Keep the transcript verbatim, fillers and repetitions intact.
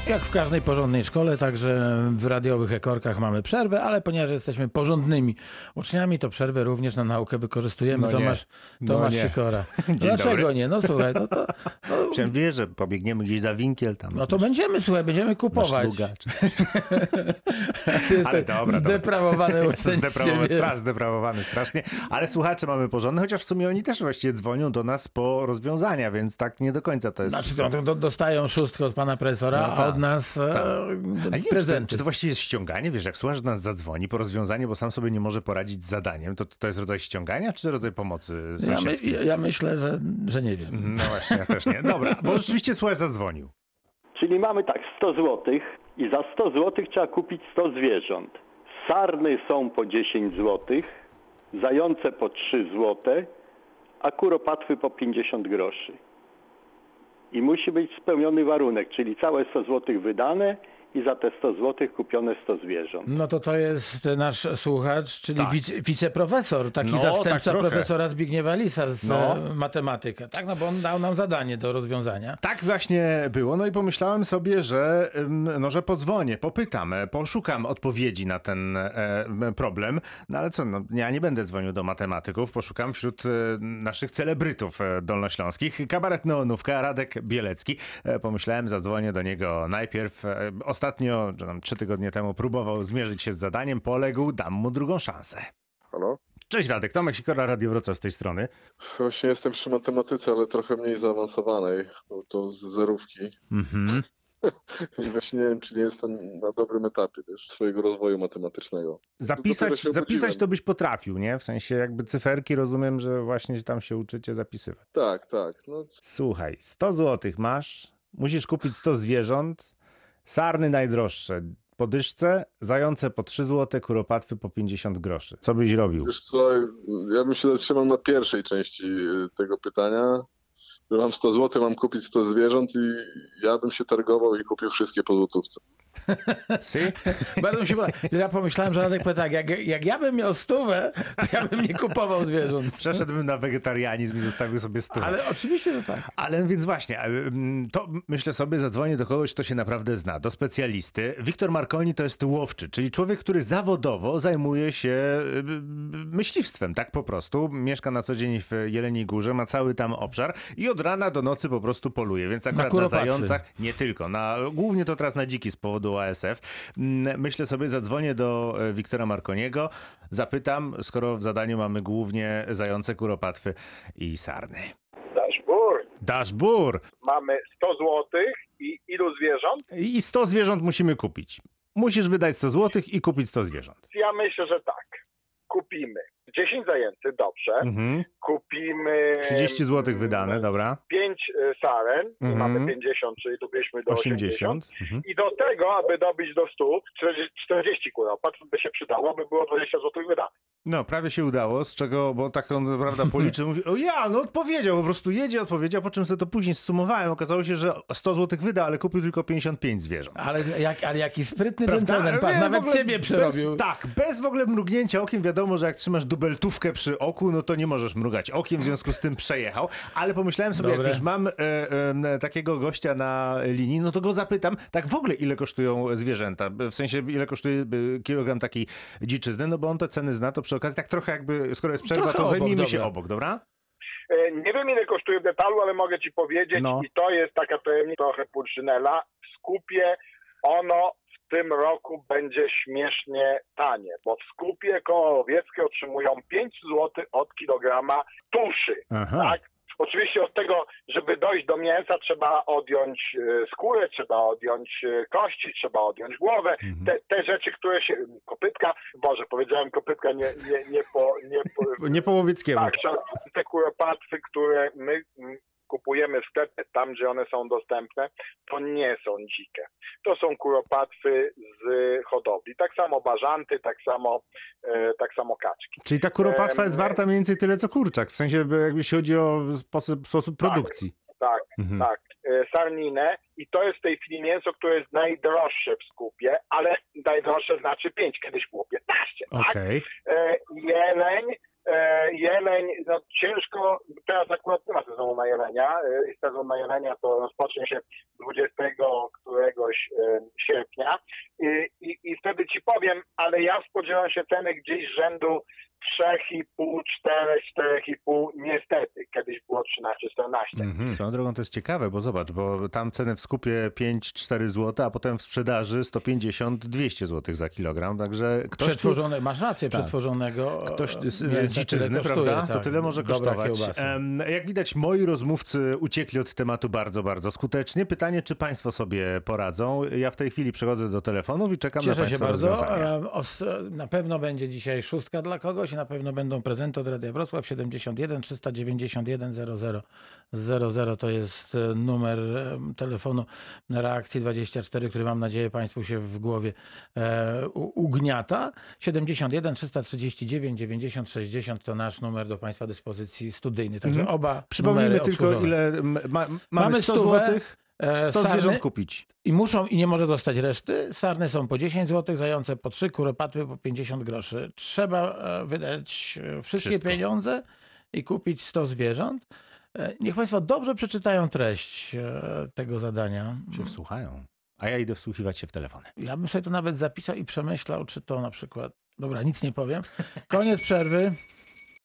Jak w każdej porządnej szkole, także w radiowych ekorkach mamy przerwę, ale ponieważ jesteśmy porządnymi uczniami, to przerwę również na naukę wykorzystujemy. No Tomasz, nie. Tomasz No nie. Sikora. Dzień Dlaczego dobry. nie? No słuchaj, no to, no, Przecież wiesz, że pobiegniemy gdzieś za winkiel tam. no to będziemy, słuchaj, będziemy kupować. Szluga, czy... Ty jesteś Ale dobra, zdeprawowany dobra. uczeń z Zdeprawowany, siebie. strasz, zdeprawowany strasznie. Ale słuchacze mamy porządne, chociaż w sumie oni też właściwie dzwonią do nas po rozwiązania, więc tak nie do końca to jest... Znaczy, to, to dostają szóstkę od pana profesora, No a tak, od nas e, Ale nie wiem, czy, to, prezenty. czy to właściwie jest ściąganie? Wiesz, jak słuchasz, do nas zadzwoni po rozwiązanie, bo sam sobie nie może poradzić z zadaniem, to to jest rodzaj ściągania, czy rodzaj pomocy Ja, my, sąsiedzkiej? ja, ja myślę, że, że nie wiem. No właśnie, ja też nie. Dobra, bo rzeczywiście słuchacz zadzwonił. Czyli mamy tak sto złotych i za sto złotych trzeba kupić sto zwierząt. Sarny są po dziesięć złotych, zające po trzy złote, a kuropatwy po pięćdziesiąt groszy. I musi być spełniony warunek, czyli całe sto złotych wydane i za te sto złotych kupione sto zwierząt. No to to jest nasz słuchacz, czyli Tak. wice, wiceprofesor, taki No, zastępca tak trochę. profesora Zbigniewa Lisa z No. no. matematyka. Tak, no bo on dał nam zadanie do rozwiązania. Tak właśnie było, no i pomyślałem sobie, że, ym, no, że podzwonię, popytam, e, poszukam odpowiedzi na ten e, problem, no ale co, no, ja nie będę dzwonił do matematyków, poszukam wśród e, naszych celebrytów e, dolnośląskich. Kabaret Neonówka, Radek Bielecki. E, pomyślałem, zadzwonię do niego najpierw. E, ostatnio, czy tam trzy tygodnie temu próbował zmierzyć się z zadaniem, poległ, dam mu drugą szansę. Halo? Cześć Radek, Tomek Sikora, Radio Wrocław z tej strony. Właśnie jestem przy matematyce, ale trochę mniej zaawansowanej, bo to z zerówki. Mhm. I właśnie nie wiem, czy nie jestem na dobrym etapie też swojego rozwoju matematycznego. Zapisać, Dopiero się zapisać obudziłem. to byś potrafił, nie? W sensie jakby cyferki, rozumiem, że właśnie tam się uczycie zapisywać. Tak, tak. No, Słuchaj, sto złotych masz, musisz kupić sto zwierząt, sarny najdroższe po dyszce, zające po trzy złote, kuropatwy po pięćdziesiąt groszy. Co byś robił? wiesz co, ja bym się zatrzymał na pierwszej części y, tego pytania. Że mam sto złotych, mam kupić sto zwierząt i ja bym się targował i kupił wszystkie po złotówce. Si? Bardzo mi się podoba. Ja pomyślałem, że Radek powie tak, jak, jak ja bym miał stówę, to ja bym nie kupował zwierząt. Przeszedłbym na wegetarianizm i zostawił sobie stół. Ale... Ale oczywiście, że tak. Ale więc właśnie, mm, to myślę sobie, zadzwonię do kogoś, kto się naprawdę zna, do specjalisty. Wiktor Marconi to jest łowczy, czyli człowiek, który zawodowo zajmuje się y, myśliwstwem, tak po prostu. Mieszka na co dzień w Jeleniej Górze, ma cały tam obszar i od rana do nocy po prostu poluje, więc akurat na, kuropatwy. zającach, nie tylko, na, głównie to teraz na dziki z powodu A S F. Mm, Myślę sobie, zadzwonię do e, Wiktora Marconiego, zapytam, skoro w zadaniu mamy głównie zające, kuropatwy i sarny. Dashboard. Dashbur! Mamy sto złotych i ilu zwierząt? I sto zwierząt musimy kupić. Musisz wydać sto złotych i kupić sto zwierząt. Ja myślę, że tak. Kupimy dziesięć zajęcy, dobrze. Mhm. Kupimy trzydzieści złotych wydane, dobra. pięć saren, Mhm. mamy pięćdziesiąt, czyli dobiliśmy do osiemdziesiąt. osiemdziesiąt. Mhm. I do tego, aby dobić do stu, czterdzieści kuropatw by się przydało, by było dwadzieścia złotych wydane. No, prawie się udało, z czego, bo tak on, prawda, policzył, mówi, o ja, no odpowiedział, po prostu jedzie, odpowiedział, po czym sobie to później zsumowałem, okazało się, że sto złotych wyda, ale kupił tylko pięćdziesiąt pięć zwierząt. Ale, jak, ale jaki sprytny Prawda? dżentelmen, patrz, Nie, w nawet ogóle ciebie przerobił. Bez, tak, bez w ogóle mrugnięcia okiem. Wiadomo, że jak trzymasz dubeltówkę przy oku, no to nie możesz mrugać okiem, w związku z tym przejechał. Ale pomyślałem sobie, Dobre. jak już mam e, e, takiego gościa na linii, no to go zapytam, tak w ogóle ile kosztują zwierzęta? W sensie, ile kosztuje e, kilogram takiej dziczyzny, no bo on te ceny zna, to przy okazji tak trochę jakby, skoro jest przerwa, Trochę to obok, zajmijmy się dobra. obok, dobra? E, Nie wiem, ile kosztuje w detalu, ale mogę ci powiedzieć, No. i to jest taka tajemnica trochę Pulszynela. W skupie ono w tym roku będzie śmiesznie tanie, bo w skupie koło łowieckie otrzymują pięć złotych od kilograma tuszy. Aha. Tak? Oczywiście od tego, żeby dojść do mięsa, trzeba odjąć e, skórę, trzeba odjąć e, kości, trzeba odjąć głowę. Mhm. Te, te rzeczy, które się... Kopytka, Boże, powiedziałem kopytka nie, nie, nie po... Nie po Nie po łowieckiemu. tak, że te kuropatwy, które my mm, kupujemy w sklepie, tam gdzie one są dostępne, to nie są dzikie. To są kuropatwy z hodowli. Tak samo bażanty, tak samo, e, tak samo kaczki. Czyli ta kuropatwa Em, jest warta mniej więcej tyle, co kurczak, w sensie jakby jeśli chodzi o sposób, sposób produkcji. Tak, Mhm. tak. E, sarninę i to jest w tej chwili mięso, które jest najdroższe w skupie, ale najdroższe znaczy pięć, kiedyś było piętnaście, tak? Okej. E, jeleń, e, E, jeleń, no ciężko, teraz akurat nie ma sezonu na jelenia. E, sezon na jelenia to rozpocznie się dwudziestego któregoś e, sierpnia. I, i, I wtedy ci powiem, ale ja spodziewam się ceny gdzieś rzędu trzy i pół, cztery, cztery i pół, niestety. Kiedyś było trzynaście czternaście. Mhm. Swoją drogą to jest ciekawe, bo zobacz, bo tam ceny w skupie pięć cztery złote, a potem w sprzedaży sto pięćdziesiąt dwieście złotych za kilogram, także ktoś Przetworzone, masz rację, Tak. przetworzonego Ktoś z mięsa dziczyzny, tyle kosztuje, prawda? To tak. tyle może Dobra kosztować. kiełbasa. Em, Jak widać, moi rozmówcy uciekli od tematu bardzo, bardzo skutecznie. Pytanie, czy państwo sobie poradzą? Ja w tej chwili przechodzę do telefonów i czekam Cieszę na się państwa bardzo. rozwiązania. E, os- Na pewno będzie dzisiaj szóstka dla kogoś i na pewno będą prezenty od Radia Wrocław. siedemdziesiąt jeden trzysta dziewięćdziesiąt jeden zero zero zero zero to jest e, numer e, telefonu na reakcji dwadzieścia cztery, który mam nadzieję państwu się w głowie e, u- ugniata. siedemdziesiąt jeden trzysta trzydzieści dziewięć dziewięćdziesiąt sześćdziesiąt to nasz numer do państwa dyspozycji studyjny. Także Mhm. oba Przypomnijmy numery tylko, obsłużone. ile m- ma, mamy, Mamy sto stówę, złotych, e, sto sarny- zwierząt kupić. I muszą i nie może dostać reszty. Sarny są po dziesięć złotych, zające po trzy, kuropatwy po pięćdziesiąt groszy. Trzeba e, wydać e, wszystkie Wszystko. pieniądze i kupić sto zwierząt. E, Niech państwo dobrze przeczytają treść e, tego zadania. Się wsłuchają. A ja idę wsłuchiwać się w telefony. Ja bym sobie to nawet zapisał i przemyślał, czy to na przykład... Dobra, nic nie powiem. Koniec przerwy.